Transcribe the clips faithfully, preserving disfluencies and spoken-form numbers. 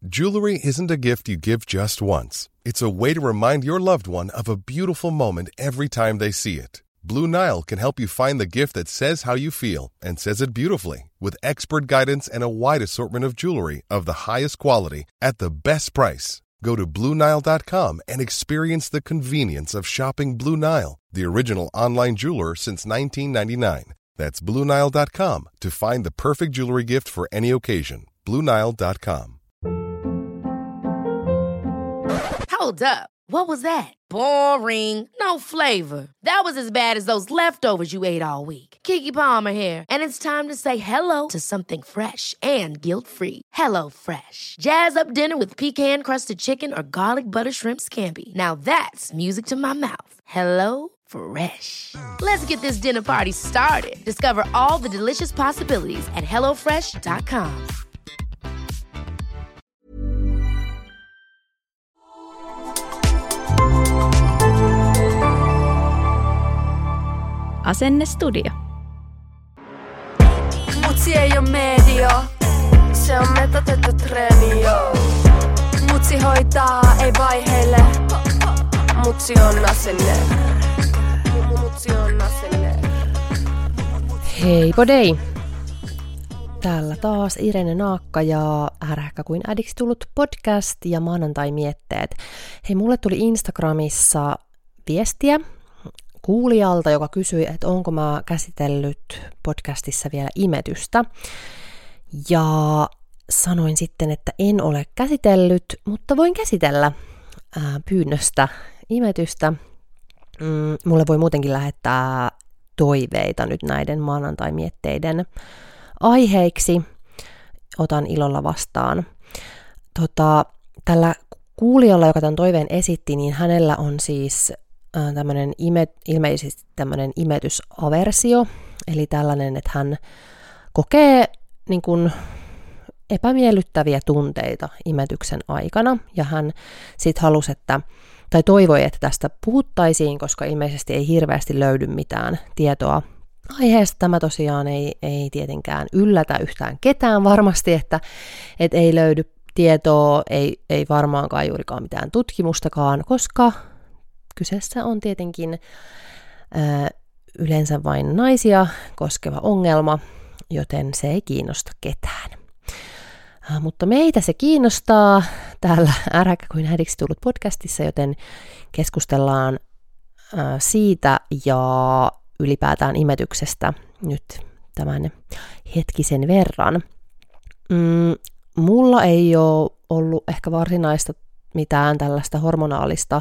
Jewelry isn't a gift you give just once. It's a way to remind your loved one of a beautiful moment every time they see it. Blue Nile can help you find the gift that says how you feel and says it beautifully, with expert guidance and a wide assortment of jewelry of the highest quality at the best price. Go to Blue Nile dot com and experience the convenience of shopping Blue Nile, the original online jeweler since nineteen ninety-nine. That's Blue Nile dot com to find the perfect jewelry gift for any occasion. Blue Nile dot com. Hold up. What was that? Boring. No flavor. That was as bad as those leftovers you ate all week. Keke Palmer here, and it's time to say hello to something fresh and guilt-free. Hello Fresh. Jazz up dinner with pecan-crusted chicken or garlic butter shrimp scampi. Now that's music to my mouth. Hello Fresh. Let's get this dinner party started. Discover all the delicious possibilities at hello fresh dot com. Asennestudio. Mutsi ei oo media, se on metotettu treeni, joo. Mutsi hoitaa, ei vaiheile. Mutsi on asenne. Mutsi on asenne. Hei podei! Täällä taas Irene Naakka ja Ärähkä kuin äidiksi tullut podcast ja maanantai-mietteet. Hei, mulle tuli Instagramissa viestiä kuulijalta, joka kysyi, että onko mä käsitellyt podcastissa vielä imetystä. Ja sanoin sitten, että en ole käsitellyt, mutta voin käsitellä ää, pyynnöstä imetystä. Mm, mulle voi muutenkin lähettää toiveita nyt näiden maanantai-mietteiden aiheiksi. Otan ilolla vastaan. Tota, tällä kuulijalla, joka tämän toiveen esitti, niin hänellä on siis tämmöinen ime, ilmeisesti tämmöinen imetysaversio, eli tällainen, että hän kokee niin kuin epämiellyttäviä tunteita imetyksen aikana, ja hän sitten halusi, että, tai toivoi, että tästä puhuttaisiin, koska ilmeisesti ei hirveästi löydy mitään tietoa aiheesta. Tämä tosiaan ei, ei tietenkään yllätä yhtään ketään varmasti, että, että ei löydy tietoa, ei, ei varmaankaan juurikaan mitään tutkimustakaan, koska kyseessä on tietenkin ö, yleensä vain naisia koskeva ongelma, joten se ei kiinnosta ketään. Äh, mutta meitä se kiinnostaa täällä Äräkä kuin äidiksi tullut podcastissa, joten keskustellaan äh, siitä ja ylipäätään imetyksestä nyt tämän hetkisen verran. Mm, mulla ei ole ollut ehkä varsinaista mitään tällaista hormonaalista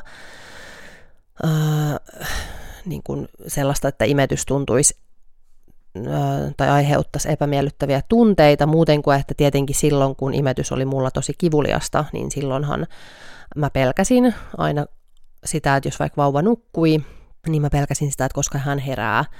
Äh, niin kuin sellaista, että imetys tuntuisi äh, tai aiheuttaisi epämiellyttäviä tunteita, muuten kuin että tietenkin silloin, kun imetys oli mulla tosi kivuliasta, niin silloinhan mä pelkäsin aina sitä, että jos vaikka vauva nukkui, niin mä pelkäsin sitä, että koska hän herää äh,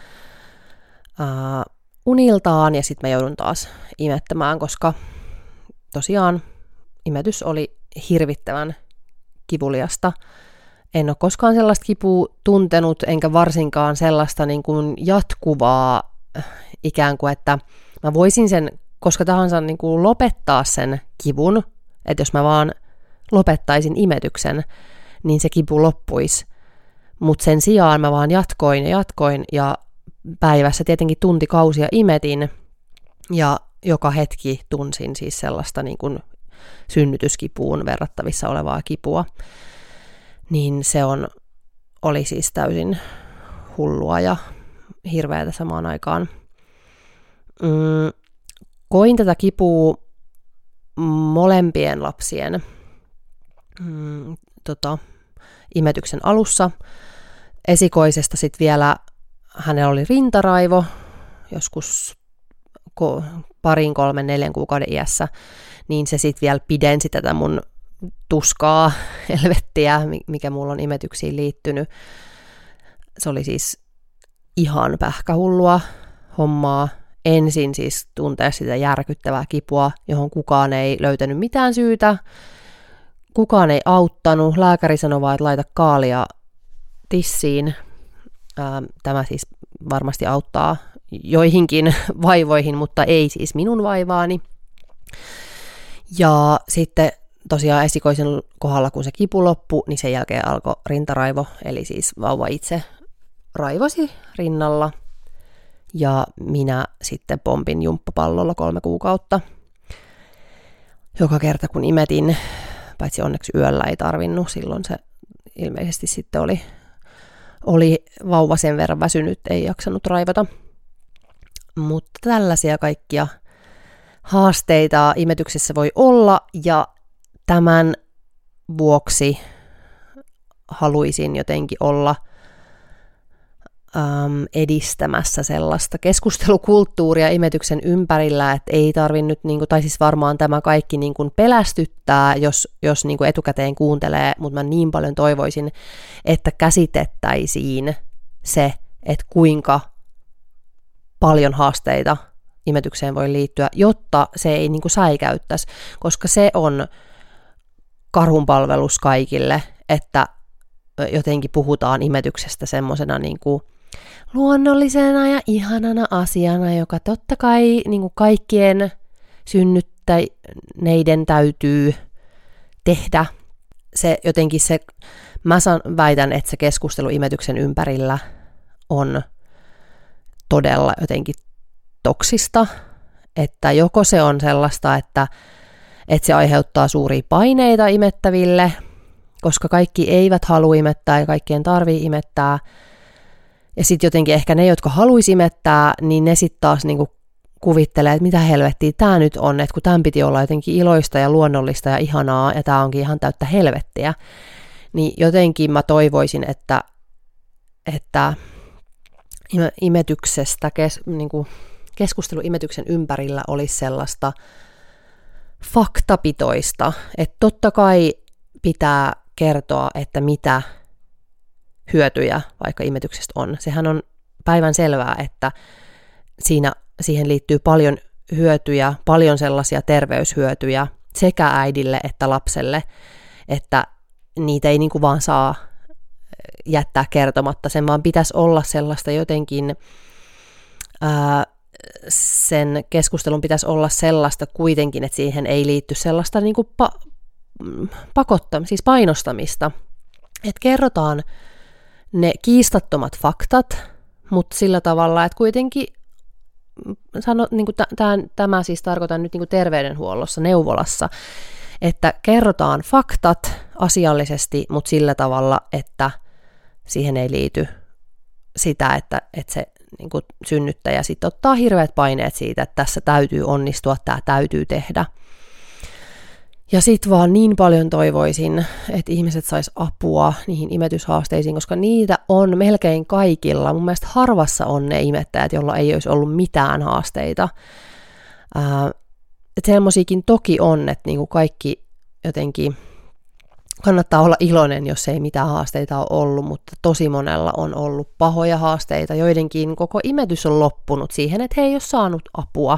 uniltaan, ja sitten mä joudun taas imettämään, koska tosiaan imetys oli hirvittävän kivuliasta. En ole koskaan sellaista kipua tuntenut, enkä varsinkaan sellaista niin kuin jatkuvaa ikään kuin, että mä voisin sen koska tahansa niin kuin lopettaa sen kivun, että jos mä vaan lopettaisin imetyksen, niin se kipu loppuisi. Mutta sen sijaan mä vaan jatkoin ja jatkoin ja päivässä tietenkin tuntikausia imetin ja joka hetki tunsin siis sellaista niin kuin synnytyskipuun verrattavissa olevaa kipua. Niin se on, oli siis täysin hullua ja hirveätä samaan aikaan. Mm, koin tätä kipua molempien lapsien mm, tota, imetyksen alussa. Esikoisesta sitten vielä hänellä oli rintaraivo joskus ko- parin, kolmen, neljän kuukauden iässä, niin se sitten vielä pidensi tätä mun tuskaa, helvettiä, mikä mulla on imetyksiin liittynyt. Se oli siis ihan pähkähullua hommaa. Ensin siis tuntea sitä järkyttävää kipua, johon kukaan ei löytänyt mitään syytä. Kukaan ei auttanut. Lääkäri sanoi vaan, että laita kaalia tissiin. Tämä siis varmasti auttaa joihinkin vaivoihin, mutta ei siis minun vaivaani. Ja sitten tosiaan esikoisen kohdalla, kun se kipu loppui, niin sen jälkeen alkoi rintaraivo, eli siis vauva itse raivosi rinnalla. Ja minä sitten pompin jumppapallolla kolme kuukautta. Joka kerta kun imetin, paitsi onneksi yöllä ei tarvinnut, silloin se ilmeisesti sitten oli, oli vauva sen verran väsynyt, ei jaksanut raivata. Mutta tällaisia kaikkia haasteita imetyksessä voi olla, ja tämän vuoksi haluaisin jotenkin olla äm, edistämässä sellaista keskustelukulttuuria imetyksen ympärillä, että ei tarvitse nyt, niin kuin, tai siis varmaan tämä kaikki niin kuin pelästyttää, jos, jos niin kuin etukäteen kuuntelee, mutta mä niin paljon toivoisin, että käsitettäisiin se, että kuinka paljon haasteita imetykseen voi liittyä, jotta se ei niin kuin säikäyttäisi, koska se on karhunpalvelus kaikille, että jotenkin puhutaan imetyksestä semmoisena niin kuin luonnollisena ja ihanana asiana, joka totta kai niin kuin kaikkien synnyttäneiden täytyy tehdä. Se jotenkin se, mä san, väitän, että se keskustelu imetyksen ympärillä on todella jotenkin toksista, että joko se on sellaista, että, että se aiheuttaa suuria paineita imettäville, koska kaikki eivät halua imettää ja kaikkien tarvii imettää. Ja sitten jotenkin ehkä ne, jotka haluaisi imettää, niin ne sitten taas niinku kuvittelee, että mitä helvettiä tämä nyt on, että kun tämän piti olla jotenkin iloista ja luonnollista ja ihanaa, ja tämä onkin ihan täyttä helvettiä. Niin jotenkin mä toivoisin, että, että imetyksestä, kes, niinku, keskustelu imetyksen ympärillä olisi sellaista faktapitoista, että totta kai pitää kertoa, että mitä hyötyjä vaikka imetyksestä on. Sehän on päivän selvää, että siinä, siihen liittyy paljon hyötyjä, paljon sellaisia terveyshyötyjä sekä äidille että lapselle, että niitä ei niin kuin vaan saa jättää kertomatta. Sen vaan pitäisi olla sellaista jotenkin, ää, sen keskustelun pitäisi olla sellaista kuitenkin, että siihen ei liitty sellaista niin kuin pa- pakotta, siis painostamista. Että kerrotaan ne kiistattomat faktat, mutta sillä tavalla, että kuitenkin sano, niin kuin tämän, tämä siis tarkoitan nyt niin kuin terveydenhuollossa, neuvolassa, että kerrotaan faktat asiallisesti, mutta sillä tavalla, että siihen ei liity sitä, että, että se niin kuin synnyttäjä sitten ottaa hirveät paineet siitä, että tässä täytyy onnistua, tämä täytyy tehdä. Ja sitten vaan niin paljon toivoisin, että ihmiset sais apua niihin imetyshaasteisiin, koska niitä on melkein kaikilla. Mun mielestä harvassa on ne imettäjät, joilla ei olisi ollut mitään haasteita. Ää, että semmoisiakin toki on, että niinku kaikki jotenkin kannattaa olla iloinen, jos ei mitään haasteita ole ollut, mutta tosi monella on ollut pahoja haasteita. Joidenkin koko imetys on loppunut siihen, että he ei ole saanut apua.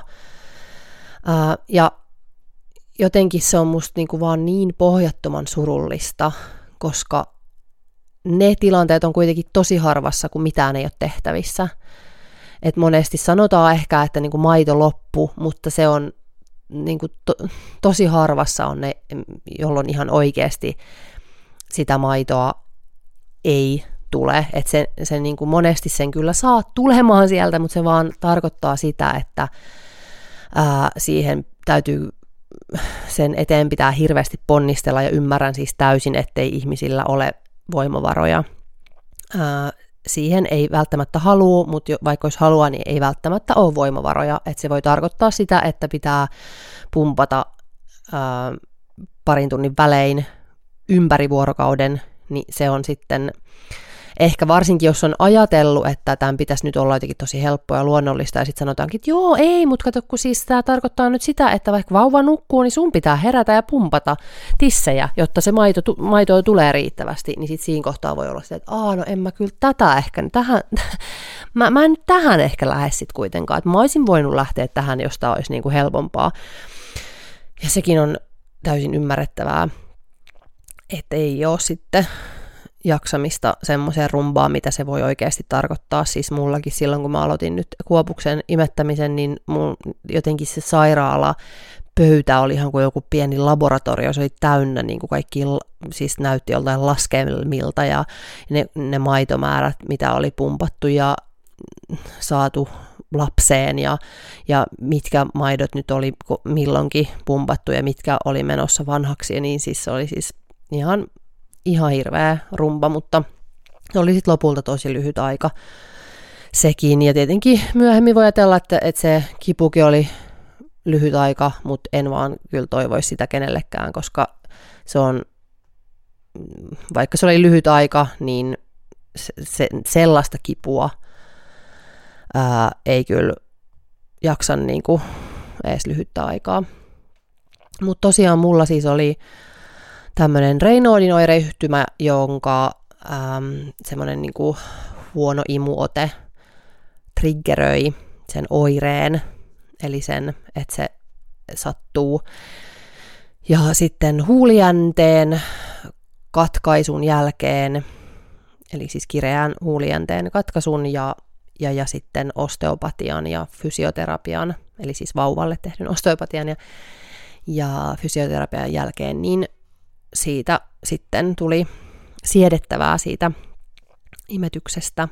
Ää, ja jotenkin se on musta niinku vaan niin pohjattoman surullista, koska ne tilanteet on kuitenkin tosi harvassa, kun mitään ei ole tehtävissä. Et monesti sanotaan ehkä, että niinku maito loppu, mutta se on niinku to, tosi harvassa on ne, jolloin ihan oikeasti sitä maitoa ei tule. Et se, se niinku monesti sen kyllä saa tulemaan sieltä, mutta se vaan tarkoittaa sitä, että ää, siihen täytyy sen eteen pitää hirveästi ponnistella, ja ymmärrän siis täysin, ettei ihmisillä ole voimavaroja. Ää, siihen ei välttämättä halua, mutta vaikka olisi halua, niin ei välttämättä ole voimavaroja. Et se voi tarkoittaa sitä, että pitää pumpata ää, parin tunnin välein ympäri vuorokauden, niin se on sitten ehkä varsinkin, jos on ajatellut, että tämän pitäisi nyt olla jotenkin tosi helppoa ja luonnollista, ja sitten sanotaankin, että joo, ei, mutta kato, kun siis tämä tarkoittaa nyt sitä, että vaikka vauva nukkuu, niin sun pitää herätä ja pumpata tissejä, jotta se maito, maitoa tulee riittävästi, niin sitten siinä kohtaa voi olla se, että aah, no en mä kyllä tätä ehkä, tähän, mä, mä en nyt tähän ehkä lähde sitten kuitenkaan, että mä olisin voinut lähteä tähän, jos tämä olisi niin kuin helpompaa. Ja sekin on täysin ymmärrettävää, että ei ole sitten jaksamista semmoiseen rumbaan, mitä se voi oikeasti tarkoittaa. Siis mullakin silloin, kun mä aloitin nyt Kuopuksen imettämisen, niin mun jotenkin se sairaala pöytä oli ihan kuin joku pieni laboratorio, se oli täynnä niin kuin kaikki, siis näytti joltain laskelmilta ja ne, ne maitomäärät, mitä oli pumpattu ja saatu lapseen ja, ja mitkä maidot nyt oli milloinkin pumpattu ja mitkä oli menossa vanhaksi, ja niin siis se oli siis ihan, ihan hirveä rumba, mutta oli sitten lopulta tosi lyhyt aika sekin, ja tietenkin myöhemmin voi ajatella, että, että se kipukin oli lyhyt aika, mutta en vaan kyllä toivoisi sitä kenellekään, koska se on, vaikka se oli lyhyt aika, niin se, se, sellaista kipua ää, ei kyllä jaksa niin kuin edes lyhyttä aikaa. Mutta tosiaan mulla siis oli tämmöinen Raynaudin oireyhtymä, jonka äm, semmoinen niin kuin huono imuote triggeröi sen oireen, eli sen, että se sattuu. Ja sitten huulijänteen katkaisun jälkeen, eli siis kireän huulijänteen katkaisun ja, ja, ja sitten osteopatian ja fysioterapian, eli siis vauvalle tehdyn osteopatian ja, ja fysioterapian jälkeen, niin siitä sitten tuli siedettävää siitä imetyksestä.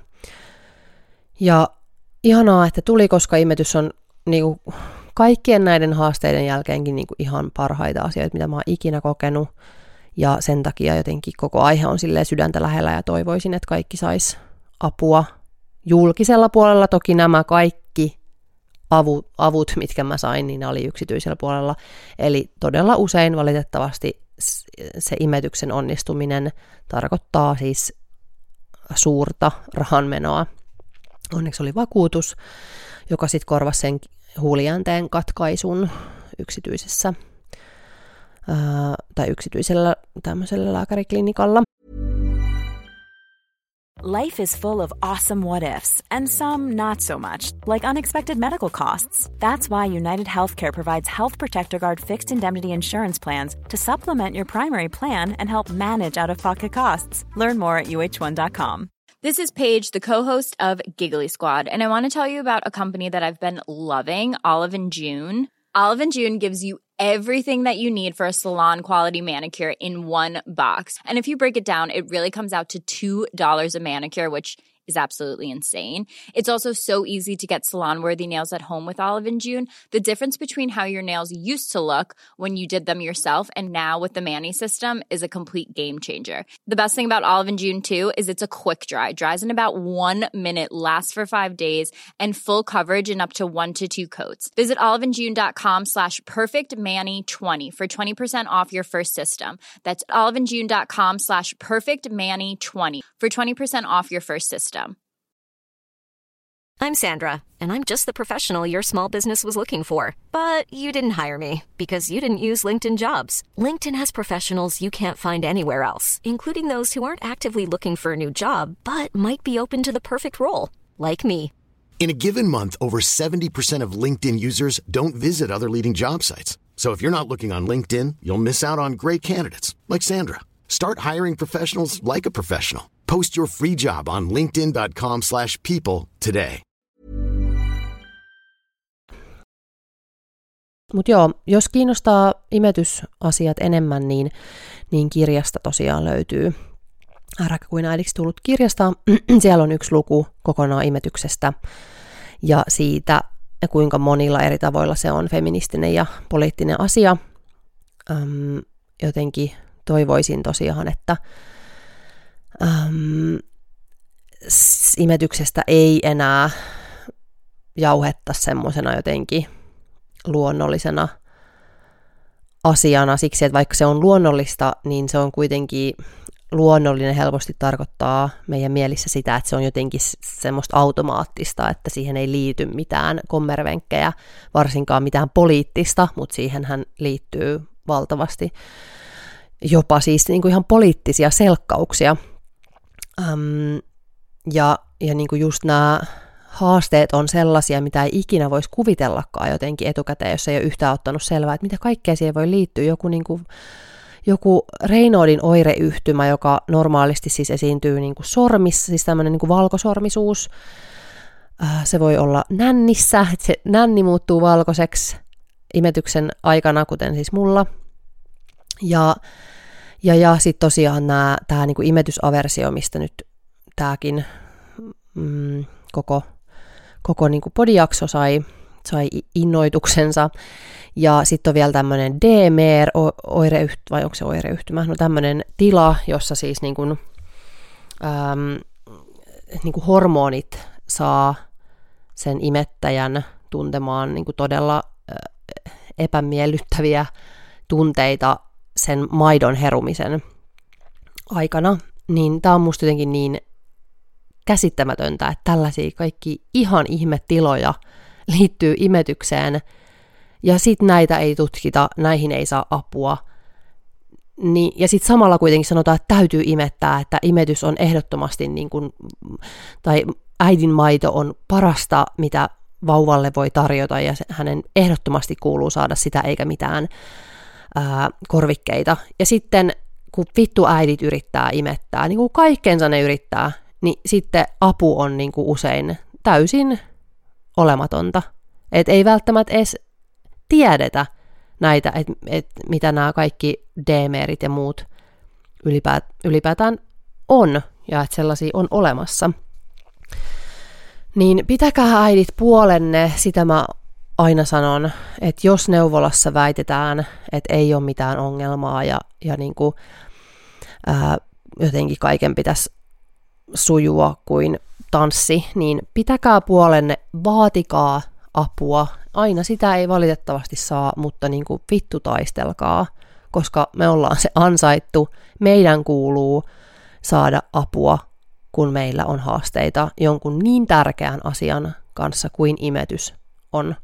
Ja ihanaa, että tuli, koska imetys on niinku kaikkien näiden haasteiden jälkeenkin niinku ihan parhaita asioita, mitä mä oon ikinä kokenut. Ja sen takia jotenkin koko aihe on silleen sydäntä lähellä ja toivoisin, että kaikki sais apua julkisella puolella. Toki nämä kaikki avut, avut mitkä mä sain, niin ne oli yksityisellä puolella. Eli todella usein valitettavasti se imetyksen onnistuminen tarkoittaa siis suurta rahanmenoa. Onneksi oli vakuutus, joka sitten korvasi sen huulijänteen katkaisun yksityisessä ää, tai yksityisellä tämmöisellä lääkäriklinikalla. Life is full of awesome what ifs and some not so much, like unexpected medical costs. That's why United Healthcare provides Health Protector Guard fixed indemnity insurance plans to supplement your primary plan and help manage out-of-pocket costs. Learn more at U H one dot com. This is Paige, the co-host of Giggly Squad, and I want to tell you about a company that I've been loving, Olive and June. Olive and June gives you everything that you need for a salon-quality manicure in one box. And if you break it down, it really comes out to two dollars a manicure, which is absolutely insane. It's also so easy to get salon-worthy nails at home with Olive and June. The difference between how your nails used to look when you did them yourself and now with the Mani system is a complete game changer. The best thing about Olive and June, too, is it's a quick dry. Dries in about one minute, lasts for five days, and full coverage in up to one to two coats. Visit oliveandjune.com slash perfectmani20 for twenty percent off your first system. That's oliveandjune.com slash perfectmani20 for twenty percent off your first system. I'm Sandra, and I'm just the professional your small business was looking for. But you didn't hire me because you didn't use LinkedIn Jobs. LinkedIn has professionals you can't find anywhere else, including those who aren't actively looking for a new job, but might be open to the perfect role, like me. In a given month, over seventy percent of LinkedIn users don't visit other leading job sites. So if you're not looking on LinkedIn, you'll miss out on great candidates like Sandra. Start hiring professionals like a professional. Post your free job on linkedin.com slash people today. Mutta joo, jos kiinnostaa imetysasiat enemmän, niin, niin kirjasta tosiaan löytyy Älkää kuin äidiksi tullut kirjasta. Siellä on yksi luku kokonaan imetyksestä ja siitä, kuinka monilla eri tavoilla se on feministinen ja poliittinen asia. Öm, jotenkin toivoisin tosiaan, että öm, imetyksestä ei enää jauhetta semmoisena jotenkin luonnollisena asiana, siksi että vaikka se on luonnollista, niin se on kuitenkin luonnollinen helposti tarkoittaa meidän mielissä sitä, että se on jotenkin semmoista automaattista, että siihen ei liity mitään kommervenkkejä, varsinkaan mitään poliittista, mutta siihenhän liittyy valtavasti jopa siis niin kuin ihan poliittisia selkkauksia. Öm, ja ja niin kuin just nämä haasteet on sellaisia, mitä ei ikinä voisi kuvitellakaan jotenkin etukäteen, jos ei ole yhtään ottanut selvää, että mitä kaikkea siihen voi liittyä. Joku, niin kuin, joku Raynaudin oireyhtymä, joka normaalisti siis esiintyy niin kuin sormissa, siis tämmöinen niin kuin valkosormisuus. Se voi olla nännissä, että se nänni muuttuu valkoiseksi imetyksen aikana, kuten siis mulla. Ja, ja, ja sitten tosiaan tämä niinku imetysaversio, mistä nyt tämäkin mm, koko, koko niinku podijakso sai, sai innoituksensa. Ja sitten on vielä tämmöinen D M R-oireyhtymä, vai onko se oireyhtymä? No tämmöinen tila, jossa siis niinku, äm, niinku hormonit saa sen imettäjän tuntemaan niinku todella äh, epämiellyttäviä tunteita sen maidon herumisen aikana. Niin tää on musta jotenkin niin käsittämätöntä, että tällaisia kaikki ihan ihmetiloja liittyy imetykseen, ja sitten näitä ei tutkita, näihin ei saa apua. Niin, ja sitten samalla kuitenkin sanotaan, että täytyy imettää, että imetys on ehdottomasti, niin kuin, tai äidin maito on parasta, mitä vauvalle voi tarjota, ja se, hänen ehdottomasti kuuluu saada sitä, eikä mitään ää, korvikkeita. Ja sitten, kun vittu äidit yrittää imettää, niin kuin kaikkeensa ne yrittää, niin sitten apu on niin kuin usein täysin olematonta. Että ei välttämättä edes tiedetä näitä, että et, mitä nämä kaikki D M R:t ja muut ylipäät, ylipäätään on, ja että sellaisia on olemassa. Niin pitäkää äidit puolenne, sitä mä aina sanon, että jos neuvolassa väitetään, että ei ole mitään ongelmaa ja, ja niin kuin, ää, jotenkin kaiken pitäisi sujua kuin tanssi, niin pitäkää puolenne, vaatikaa apua. Aina sitä ei valitettavasti saa, mutta niin kuin vittu taistelkaa, koska me ollaan se ansaittu. Meidän kuuluu saada apua, kun meillä on haasteita jonkun niin tärkeän asian kanssa kuin imetys on.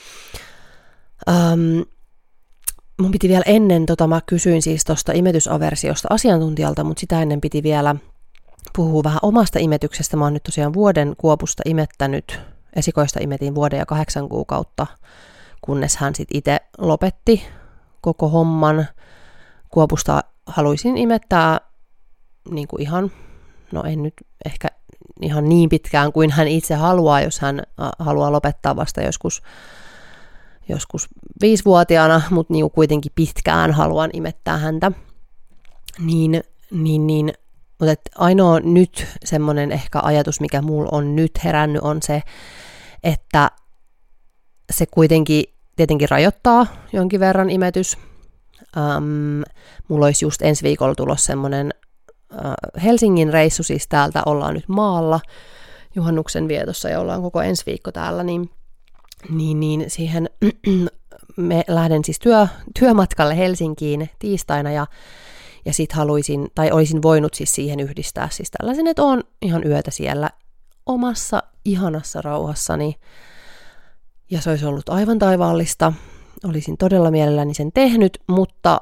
Ähm, mun piti vielä ennen, tota, mä kysyin siis tuosta imetysaversiosta asiantuntijalta, mutta sitä ennen piti vielä puhua vähän omasta imetyksestä. Mä oon nyt tosiaan vuoden Kuopusta imettänyt. Esikoista imetin vuoden ja kahdeksan kuukautta, kunnes hän sitten itse lopetti koko homman. Kuopusta haluaisin imettää niin kuin ihan, no en nyt ehkä ihan niin pitkään kuin hän itse haluaa, jos hän haluaa lopettaa vasta joskus, joskus viisivuotiaana, mutta niin kuin kuitenkin pitkään haluan imettää häntä. Niin, niin, niin mutta ainoa nyt semmoinen ehkä ajatus, mikä mulla on nyt herännyt, on se, että se kuitenkin tietenkin rajoittaa jonkin verran imetys. Ähm, mulla olisi just ensi viikolla tulossa semmoinen äh, Helsingin reissu, siis täältä ollaan nyt maalla juhannuksen vietossa ja ollaan koko ensi viikko täällä, niin, niin, niin siihen me lähden siis työ, työmatkalle Helsinkiin tiistaina ja Ja sit haluaisin, tai olisin voinut siis siihen yhdistää siis tällaisen, että oon ihan yötä siellä omassa ihanassa rauhassani. Ja se olisi ollut aivan taivaallista. Olisin todella mielelläni sen tehnyt, mutta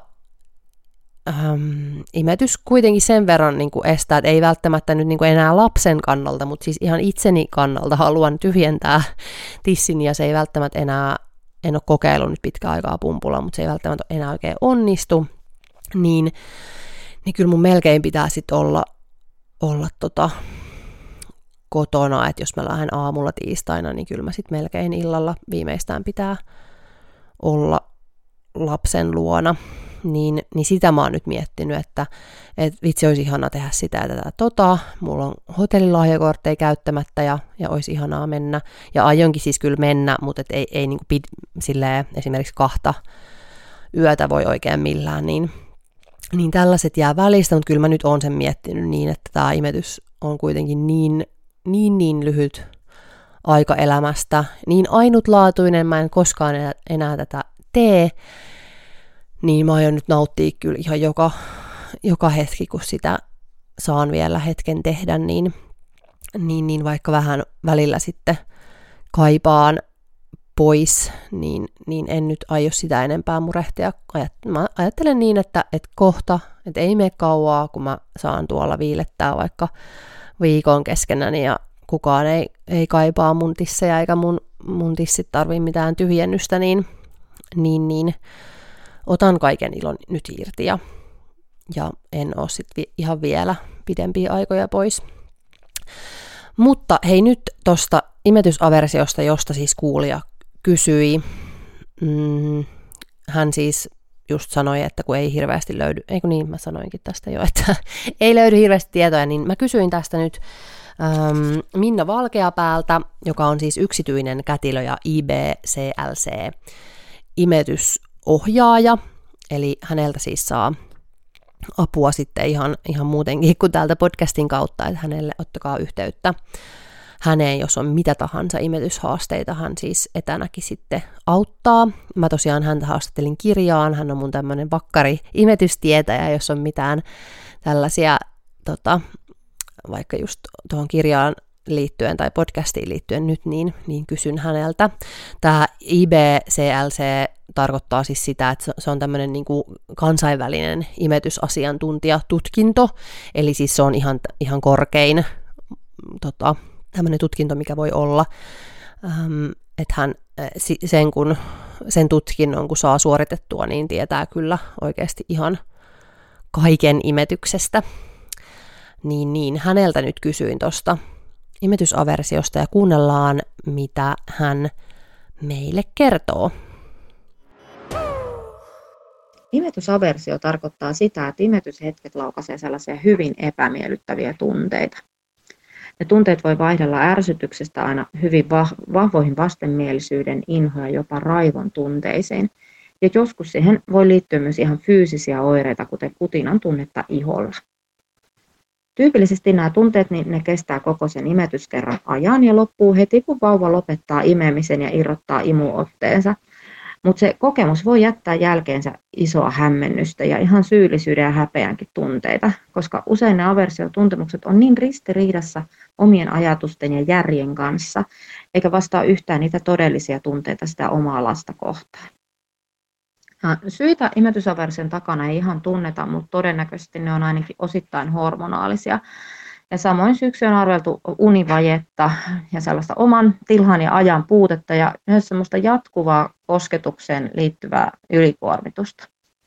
ähm, imetys kuitenkin sen verran niin kuin estää, että ei välttämättä nyt niin kuin enää lapsen kannalta, mutta siis ihan itseni kannalta haluan tyhjentää tissin, ja se ei välttämättä enää, en ole kokeillut nyt pitkään aikaa pumpulla, mutta se ei välttämättä enää oikein onnistu. Niin, niin kyllä mun melkein pitää sitten olla, olla tota kotona, että jos mä lähden aamulla tiistaina, niin kyllä mä sitten melkein illalla viimeistään pitää olla lapsen luona. Niin, niin sitä mä oon nyt miettinyt, että et vitsi olisi ihana tehdä sitä ja tätä tota. Mulla on hotellilahjakortteja käyttämättä ja, ja olisi ihanaa mennä. Ja aionkin siis kyllä mennä, mutta et ei, ei niinku pid, silleen, esimerkiksi kahta yötä voi oikein millään, niin Niin tällaiset jää välistä, mutta kyllä mä nyt oon sen miettinyt niin, että tämä imetys on kuitenkin niin, niin, niin lyhyt aika elämästä, niin ainutlaatuinen, mä en koskaan enää, enää tätä tee, niin mä aion nyt nauttia kyllä ihan joka, joka hetki, kun sitä saan vielä hetken tehdä, niin, niin, niin vaikka vähän välillä sitten kaipaan pois, niin, niin en nyt aio sitä enempää murehtia. Mä ajattelen niin, että, että kohta, että ei mene kauaa, kun mä saan tuolla viilettää vaikka viikon keskenäni ja kukaan ei, ei kaipaa mun tissejä eikä mun, mun tissit tarvii mitään tyhjennystä, niin, niin, niin otan kaiken ilon nyt irti ja, ja en ole sit vi, ihan vielä pidempiä aikoja pois. Mutta hei nyt tosta imetysaversiosta, josta siis kuulija kysyi, mm, hän siis just sanoi, että kun ei hirveästi löydy, eikö niin, mä sanoinkin tästä jo, että ei löydy hirveästi tietoja, niin mä kysyin tästä nyt ähm, Minna Valkeapäältä, joka on siis yksityinen kätilö ja I B C L C-imetysohjaaja, eli häneltä siis saa apua sitten ihan, ihan muutenkin kuin täältä podcastin kautta, että hänelle ottakaa yhteyttä häneen, jos on mitä tahansa imetyshaasteita, hän siis etänäkin sitten auttaa. Mä tosiaan häntä haastattelin kirjaan, hän on mun tämmöinen vakkari imetystietäjä, jos on mitään tällaisia, tota, vaikka just tuohon kirjaan liittyen tai podcastiin liittyen nyt, niin, niin kysyn häneltä. Tämä I B C L C tarkoittaa siis sitä, että se on tämmöinen niin kuin kansainvälinen imetysasiantuntijatutkinto, eli siis se on ihan, ihan korkein tota, tämmöinen tutkinto, mikä voi olla, ähm, että hän sen, kun, sen tutkinnon, kun saa suoritettua, niin tietää kyllä oikeasti ihan kaiken imetyksestä. Niin, niin häneltä nyt kysyin tuosta imetysaversiosta ja kuunnellaan, mitä hän meille kertoo. Imetysaversio tarkoittaa sitä, että imetyshetket laukaisee sellaisia hyvin epämiellyttäviä tunteita. Ne tunteet voi vaihdella ärsytyksestä aina hyvin vahvoihin vastenmielisyyden, inho ja jopa raivon tunteisiin. Ja joskus siihen voi liittyä myös ihan fyysisiä oireita, kuten kutinan tunnetta iholla. Tyypillisesti nämä tunteet niin ne kestää koko sen imetyskerran ajan ja loppuu heti, kun vauva lopettaa imemisen ja irrottaa imuotteensa. Mutta se kokemus voi jättää jälkeensä isoa hämmennystä ja ihan syyllisyyden ja häpeänkin tunteita, koska usein ne aversiotuntemukset on niin ristiriidassa omien ajatusten ja järjen kanssa, eikä vastaa yhtään niitä todellisia tunteita sitä omaa lasta kohtaan. Syitä imetysaversion takana ei ihan tunneta, mutta todennäköisesti ne on ainakin osittain hormonaalisia. Ja samoin syyksi on arveltu univajetta ja sellaista oman tilan ja ajan puutetta ja myös semmoista jatkuvaa kosketukseen liittyvää ylikuormitusta.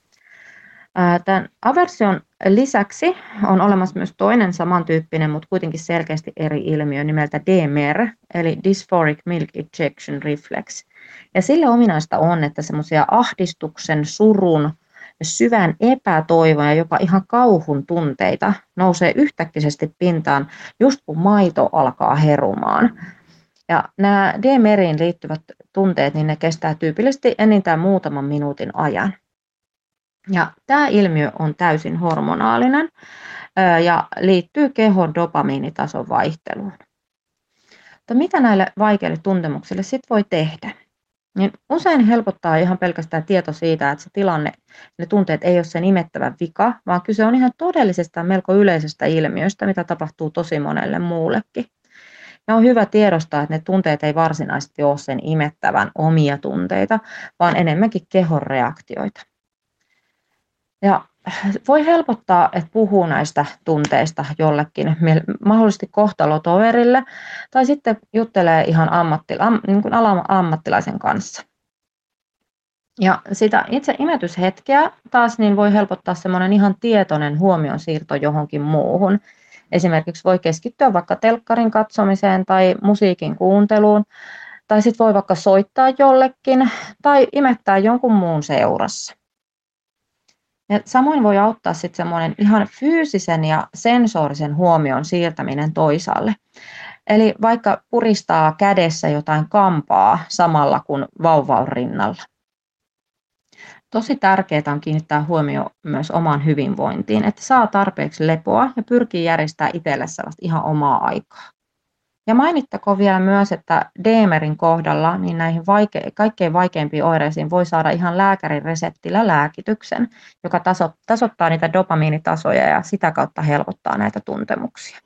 Tämän aversion lisäksi on olemassa myös toinen samantyyppinen, mutta kuitenkin selkeästi eri ilmiö nimeltä D M E R, eli Dysphoric Milk Ejection Reflex. Ja sille ominaista on, että semmoisia ahdistuksen, surun, syvän epätoivon ja jopa ihan kauhun tunteita nousee yhtäkkisesti pintaan, just kun maito alkaa herumaan. Ja nämä D M E Riin liittyvät tunteet, niin ne kestää tyypillisesti enintään muutaman minuutin ajan. Ja tämä ilmiö on täysin hormonaalinen ja liittyy kehon dopamiinitason vaihteluun. Mutta mitä näille vaikeille tuntemuksille sitten voi tehdä? Niin usein helpottaa ihan pelkästään tieto siitä, että se tilanne, ne tunteet ei ole sen imettävän vika, vaan kyse on ihan todellisesta melko yleisestä ilmiöstä, mitä tapahtuu tosi monelle muullekin. Ja on hyvä tiedostaa, että ne tunteet ei varsinaisesti ole sen imettävän omia tunteita, vaan enemmänkin kehon reaktioita. Ja voi helpottaa, että puhuu näistä tunteista jollekin, mahdollisesti kohtalotoverille, tai sitten juttelee ihan ammatti, am, niin kuin ammattilaisen kanssa. Ja sitä itse imetyshetkeä taas niin voi helpottaa semmoinen ihan tietoinen huomion siirto johonkin muuhun. Esimerkiksi voi keskittyä vaikka telkkarin katsomiseen tai musiikin kuunteluun, tai sitten voi vaikka soittaa jollekin tai imettää jonkun muun seurassa. Ja samoin voi auttaa sitten semmoinen ihan fyysisen ja sensorisen huomion siirtäminen toisaalle. Eli vaikka puristaa kädessä jotain kampaa samalla kun vauva on rinnalla. Tosi tärkeää on kiinnittää huomio myös omaan hyvinvointiin, että saa tarpeeksi lepoa ja pyrkii järjestämään itselle sellaista ihan omaa aikaa. Ja mainittakoon vielä myös, että D M E Rin kohdalla niin näihin vaike- kaikkein vaikeimpiin oireisiin voi saada ihan lääkärin reseptillä lääkityksen, joka taso- tasoittaa niitä dopamiinitasoja ja sitä kautta helpottaa näitä tuntemuksia.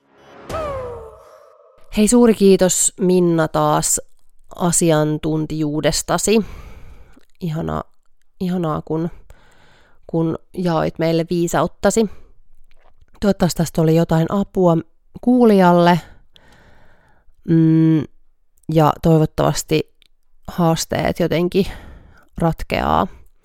Hei, suuri kiitos Minna taas asiantuntijuudestasi. Ihanaa, ihanaa kun, kun jaoit meille viisauttasi. Toivottavasti tästä oli jotain apua kuulijalle. Mm, ja toivottavasti haasteet jotenkin ratkeaa.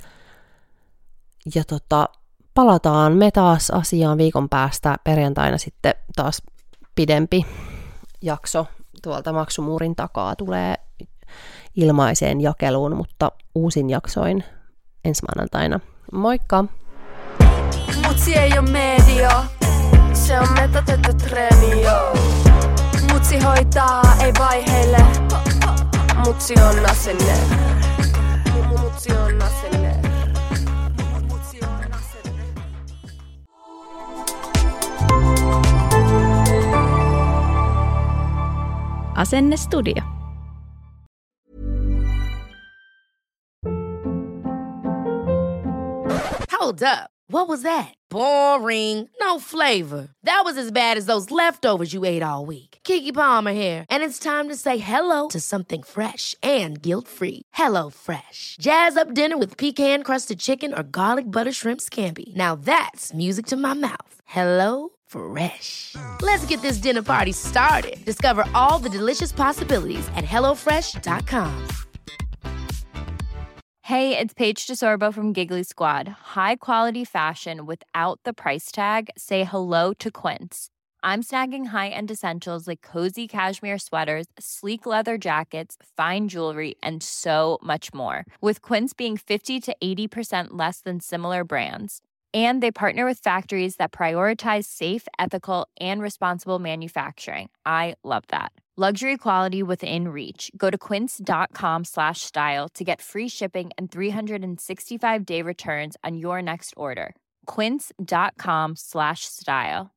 Ja tota, palataan me taas asiaan viikon päästä perjantaina sitten taas pidempi jakso tuolta maksumuurin takaa tulee ilmaiseen jakeluun, mutta uusin jaksoin ensi maanantaina. Moikka! Mutsi ei oo medio, se on metotettu treeni, joo. Mutsi hoitaa, ei vaiheile. Mutsi on asenne. Mutsi on asenne. Mutsi on asenne. Asenne Studio. Hold up. What was that? Boring. No flavor. That was as bad as those leftovers you ate all week. Keke Palmer here, and it's time to say hello to something fresh and guilt-free. Hello Fresh. Jazz up dinner with pecan-crusted chicken or garlic butter shrimp scampi. Now that's music to my mouth. Hello Fresh. Let's get this dinner party started. Discover all the delicious possibilities at hello fresh dot com. Hey, it's Paige DeSorbo from Giggly Squad. High quality fashion without the price tag. Say hello to Quince. I'm snagging high-end essentials like cozy cashmere sweaters, sleek leather jackets, fine jewelry, and so much more. With Quince being fifty to eighty percent less than similar brands. And they partner with factories that prioritize safe, ethical, and responsible manufacturing. I love that. Luxury quality within reach. Go to quince.com slash style to get free shipping and three sixty-five day returns on your next order. Quince.com slash style.